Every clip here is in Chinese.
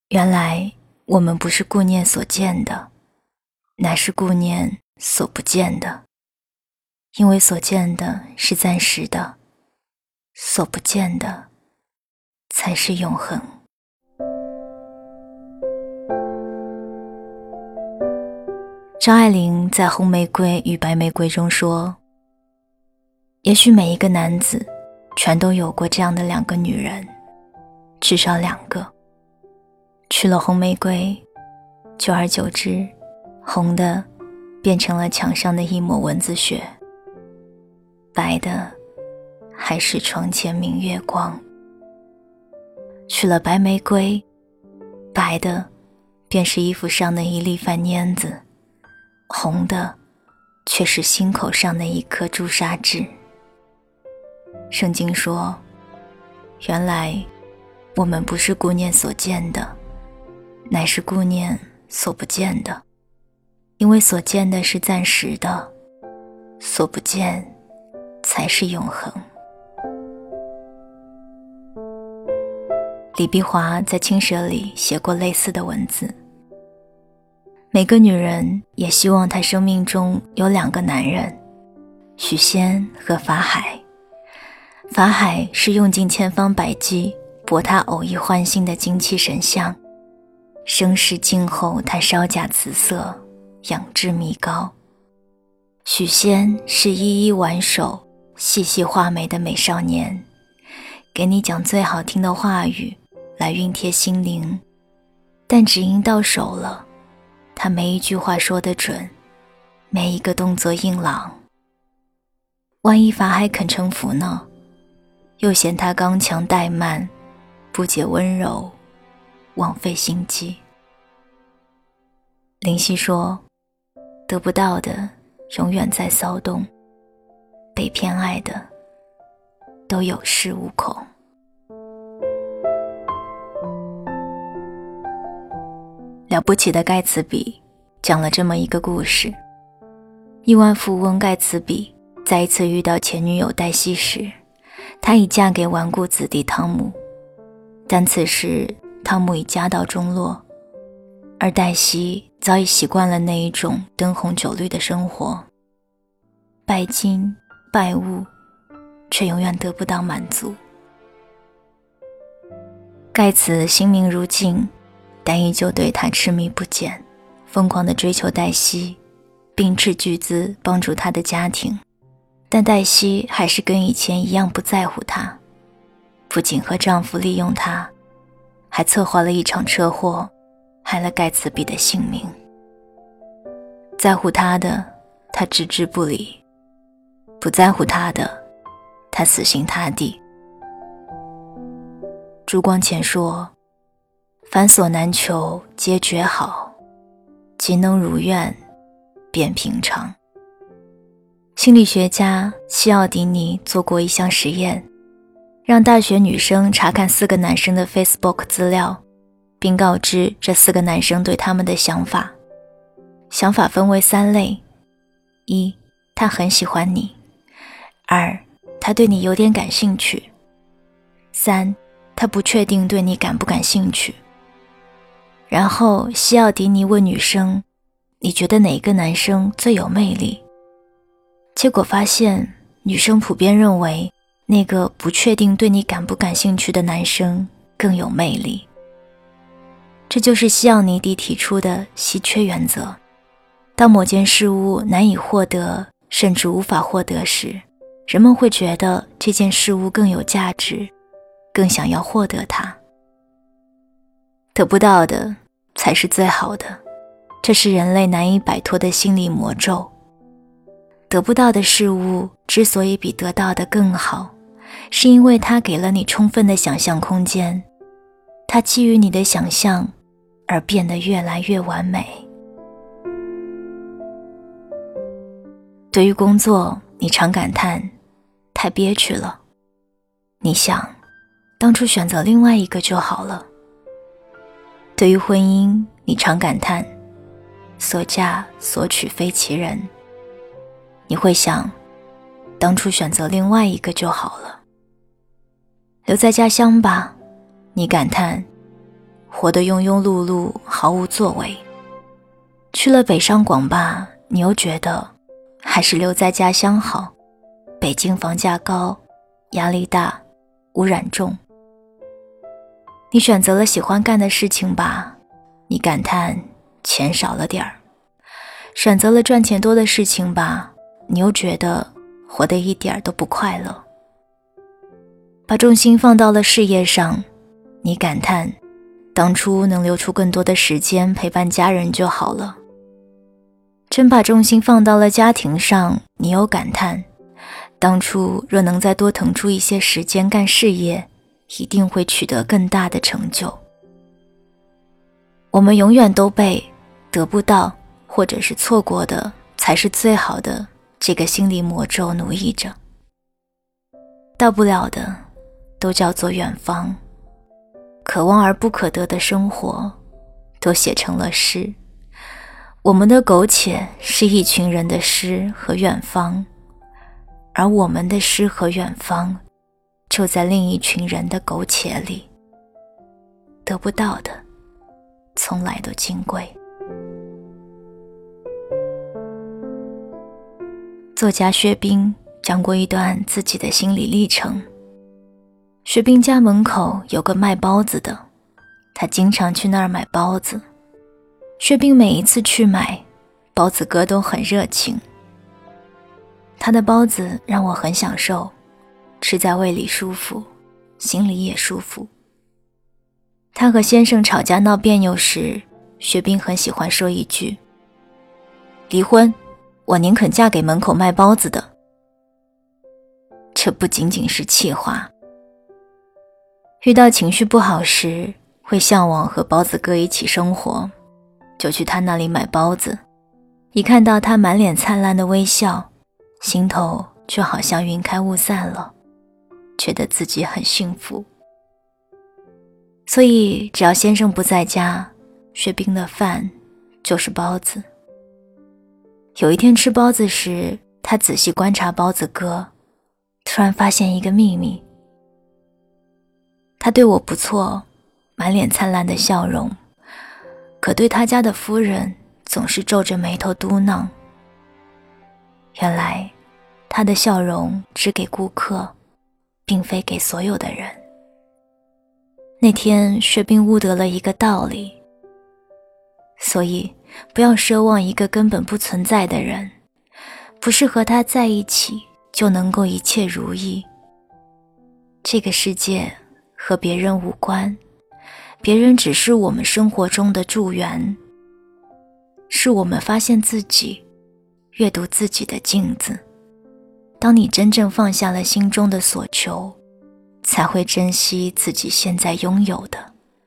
原来我们不是顾念所见的，乃是顾念所不见的。因为所见的是暂时的，所不见的才是永恒。张爱玲在《红玫瑰与白玫瑰》中说，也许每一个男子全都有过这样的2个女人，至少2个。娶了红玫瑰，久而久之，红的变成了墙上的一抹蚊子血，白的还是床前明月光。娶了白玫瑰，白的便是衣服上的一粒饭粘子，红的却是心口上的一颗朱砂痣。圣经说，原来我们不是顾念所见的，乃是顾念所不见的。因为所见的是暂时的，所不见才是永恒。李碧华在《青蛇》里写过类似的文字。每个女人也希望她生命中有2个男人，许仙和法海。法海是用尽千方百计博她偶一欢心的精气神相，生世静候她稍假辞色，仰至弥高。许仙是一一挽手，细细画眉的美少年，给你讲最好听的话语来熨贴心灵，但只因到手了，他每一句话说得准，每一个动作硬朗。万一法海肯臣服呢？又嫌他刚强怠慢，不解温柔，枉费心机。林夕说，得不到的永远在骚动，被偏爱的都有恃无恐。了不起的盖茨比讲了这么一个故事。亿万富翁盖茨比在一次遇到前女友黛西时，他已嫁给纨绔子弟汤姆，但此时汤姆已家道中落，而黛西早已习惯了那一种灯红酒绿的生活，拜金拜物，却永远得不到满足。盖茨心明如镜，但依旧对她痴迷不减，疯狂地追求黛西，并斥巨资帮助她的家庭。但黛西还是跟以前一样不在乎她，不仅和丈夫利用她，还策划了一场车祸，害了盖茨比的性命。在乎她的，她置之不理；不在乎她的，她死心塌地。朱光潜说，凡所难求皆绝好，即能如愿便平常。心理学家西奥迪尼做过一项实验，让大学女生查看4个男生的 Facebook 资料，并告知这4个男生对他们的想法。想法分为3类： 1. 他很喜欢你； 2. 他对你有点感兴趣； 3. 他不确定对你感不感兴趣。然后西奥迪尼问女生，你觉得哪个男生最有魅力？结果发现女生普遍认为那个不确定对你感不感兴趣的男生更有魅力。这就是西奥尼迪提出的稀缺原则。当某件事物难以获得，甚至无法获得时，人们会觉得这件事物更有价值，更想要获得它。得不到的才是最好的，这是人类难以摆脱的心理魔咒。得不到的事物之所以比得到的更好，是因为它给了你充分的想象空间，它基于你的想象而变得越来越完美。对于工作，你常感叹太憋屈了，你想当初选择另外一个就好了。对于婚姻，你常感叹所嫁所娶非其人，你会想当初选择另外一个就好了。留在家乡吧，你感叹活得庸庸碌碌，毫无作为。去了北上广吧，你又觉得还是留在家乡好，北京房价高，压力大，污染重。你选择了喜欢干的事情吧，你感叹钱少了点儿。选择了赚钱多的事情吧，你又觉得活得一点都不快乐。把重心放到了事业上，你感叹当初能留出更多的时间陪伴家人就好了。真把重心放到了家庭上，你又感叹当初若能再多腾出一些时间干事业，一定会取得更大的成就。我们永远都被得不到或者是错过的才是最好的这个心理魔咒奴役着。到不了的都叫做远方，可望而不可得的生活都写成了诗。我们的苟且是一群人的诗和远方，而我们的诗和远方就在另一群人的苟且里。得不到的从来都金贵。作家薛冰讲过一段自己的心理历程。薛冰家门口有个卖包子的，他经常去那儿买包子。薛冰每一次去买，包子哥都很热情。他的包子让我很享受，吃在胃里舒服，心里也舒服。他和先生吵架闹别扭时，薛冰很喜欢说一句：离婚，我宁肯嫁给门口卖包子的。这不仅仅是气话。遇到情绪不好时，会向往和包子哥一起生活，就去他那里买包子。一看到他满脸灿烂的微笑，心头就好像云开雾散了，觉得自己很幸福。所以只要先生不在家，薛冰的饭就是包子。有一天吃包子时，他仔细观察包子哥，突然发现一个秘密。他对我不错，满脸灿烂的笑容，可对他家的夫人总是皱着眉头嘟囔。原来他的笑容只给顾客，并非给所有的人。那天薛冰悟得了一个道理，所以不要奢望一个根本不存在的人，不是和他在一起就能够一切如意。这个世界和别人无关，别人只是我们生活中的助缘，是我们发现自己，阅读自己的镜子。当你真正放下了心中的所求，才会珍惜自己现在拥有的。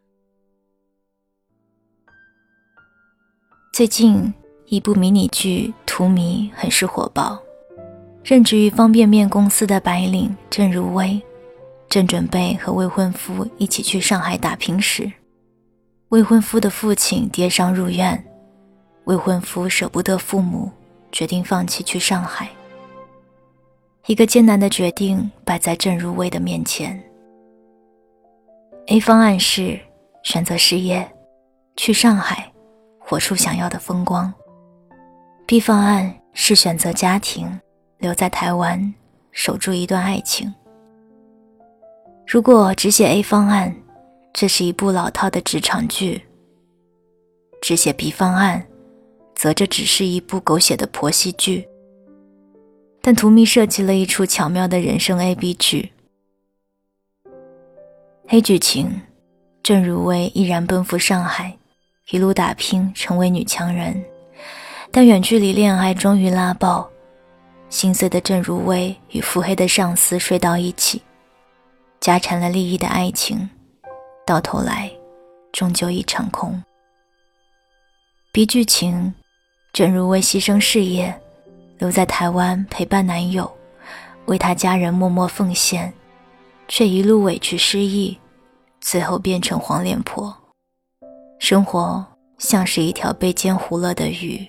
最近一部迷你剧《荼蘼》很是火爆，任职于方便面公司的白领郑如薇正准备和未婚夫一起去上海打拼时，未婚夫的父亲跌伤入院，未婚夫舍不得父母，决定放弃去上海。一个艰难的决定摆在郑如薇的面前。A 方案是选择事业，去上海，活出想要的风光。B 方案是选择家庭，留在台湾，守住一段爱情。如果只写 A 方案，这是一部老套的职场剧；只写 B 方案，则这只是一部狗血的婆媳剧。但荼蘼设计了一出巧妙的人生 AB 剧。A 剧情，郑如薇毅然奔赴上海，一路打拼成为女强人，但远距离恋爱终于拉爆，心碎的郑如薇与腹黑的上司睡到一起，家产了利益的爱情，到头来终究一场空。B 剧情，郑如薇牺牲事业，留在台湾陪伴男友，为他家人默默奉献，却一路委屈失意，最后变成黄脸婆。生活像是一条被煎糊了的鱼。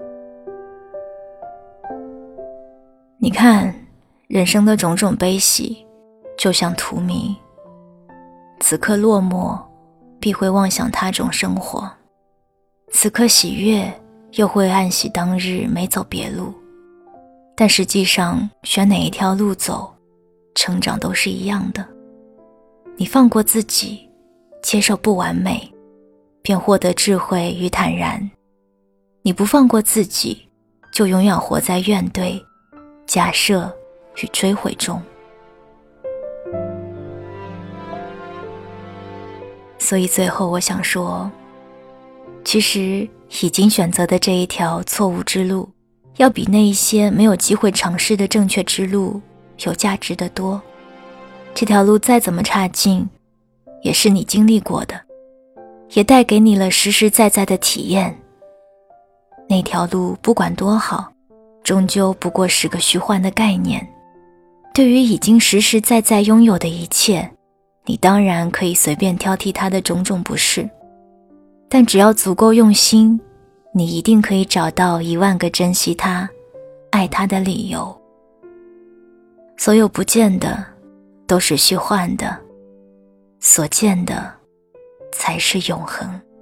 你看，人生的种种悲喜，就像荼蘼，此刻落寞， 必会妄想他种生活，此刻喜悦又会暗喜当日没走别路。但实际上选哪一条路走，成长都是一样的。你放过自己，接受不完美，便获得智慧与坦然。你不放过自己，就永远活在怨怼、假设与追悔中。所以最后我想说，其实已经选择的这一条错误之路，要比那一些没有机会尝试的正确之路有价值得多。这条路再怎么差劲，也是你经历过的，也带给你了实实在在的体验。那条路不管多好，终究不过是个虚幻的概念。对于已经实实在在拥有的一切，你当然可以随便挑剔它的种种不是，但只要足够用心，你一定可以找到10000个珍惜它、爱它的理由。所有不见的都是虚幻的，所见的才是永恒。